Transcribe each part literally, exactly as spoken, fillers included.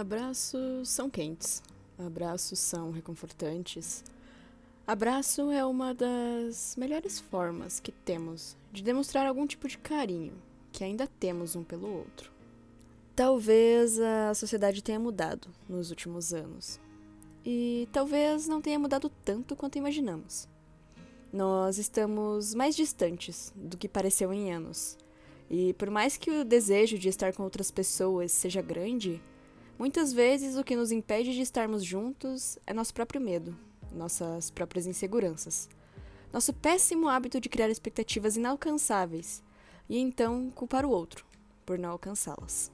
Abraços são quentes, abraços são reconfortantes. Abraço é uma das melhores formas que temos de demonstrar algum tipo de carinho que ainda temos um pelo outro. Talvez a sociedade tenha mudado nos últimos anos, e talvez não tenha mudado tanto quanto imaginamos. Nós estamos mais distantes do que pareceu em anos, e por mais que o desejo de estar com outras pessoas seja grande, muitas vezes o que nos impede de estarmos juntos é nosso próprio medo, nossas próprias inseguranças, nosso péssimo hábito de criar expectativas inalcançáveis e então culpar o outro por não alcançá-las.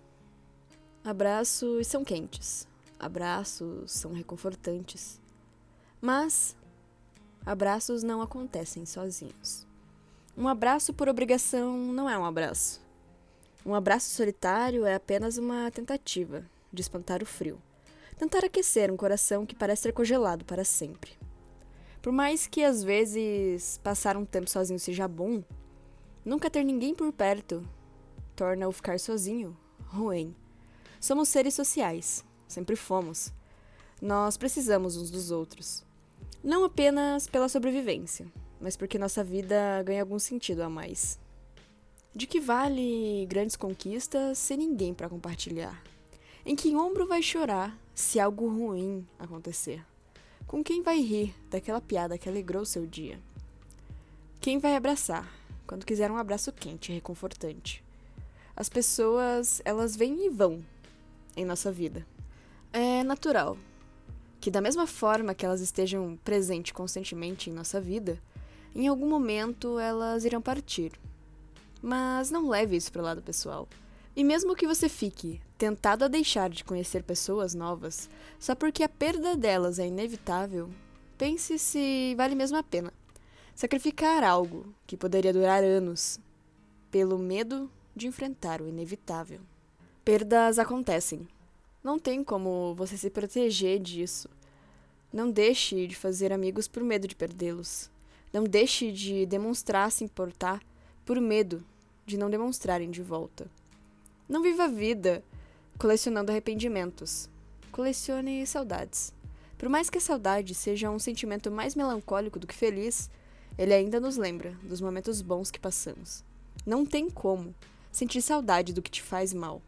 Abraços são quentes, abraços são reconfortantes, mas abraços não acontecem sozinhos. Um abraço por obrigação não é um abraço. Um abraço solitário é apenas uma tentativa de espantar o frio. Tentar aquecer um coração que parece ser congelado para sempre. Por mais que às vezes passar um tempo sozinho seja bom, nunca ter ninguém por perto torna o ficar sozinho ruim. Somos seres sociais, sempre fomos. Nós precisamos uns dos outros. Não apenas pela sobrevivência, mas porque nossa vida ganha algum sentido a mais. De que vale grandes conquistas sem ninguém para compartilhar? Em que ombro vai chorar se algo ruim acontecer? Com quem vai rir daquela piada que alegrou seu dia? Quem vai abraçar quando quiser um abraço quente e reconfortante? As pessoas, elas vêm e vão em nossa vida. É natural que da mesma forma que elas estejam presentes constantemente em nossa vida, em algum momento elas irão partir. Mas não leve isso para o lado pessoal. E mesmo que você fique tentado a deixar de conhecer pessoas novas só porque a perda delas é inevitável, pense se vale mesmo a pena sacrificar algo que poderia durar anos pelo medo de enfrentar o inevitável. Perdas acontecem. Não tem como você se proteger disso. Não deixe de fazer amigos por medo de perdê-los. Não deixe de demonstrar se importar por medo de não demonstrarem de volta. Não viva a vida colecionando arrependimentos. Colecione saudades. Por mais que a saudade seja um sentimento mais melancólico do que feliz, ele ainda nos lembra dos momentos bons que passamos. Não tem como sentir saudade do que te faz mal.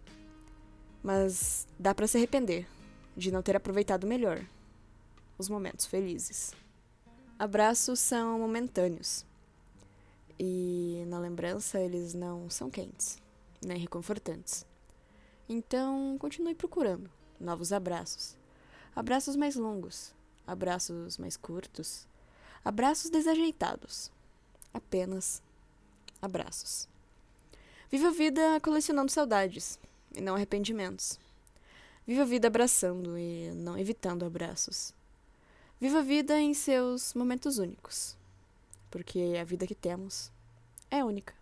Mas dá para se arrepender de não ter aproveitado melhor os momentos felizes. Abraços são momentâneos. E na lembrança eles não são quentes, nem reconfortantes. Então, continue procurando novos abraços. Abraços mais longos, abraços mais curtos, abraços desajeitados. Apenas abraços. Viva a vida colecionando saudades e não arrependimentos. Viva a vida abraçando e não evitando abraços. Viva a vida em seus momentos únicos, porque a vida que temos é única.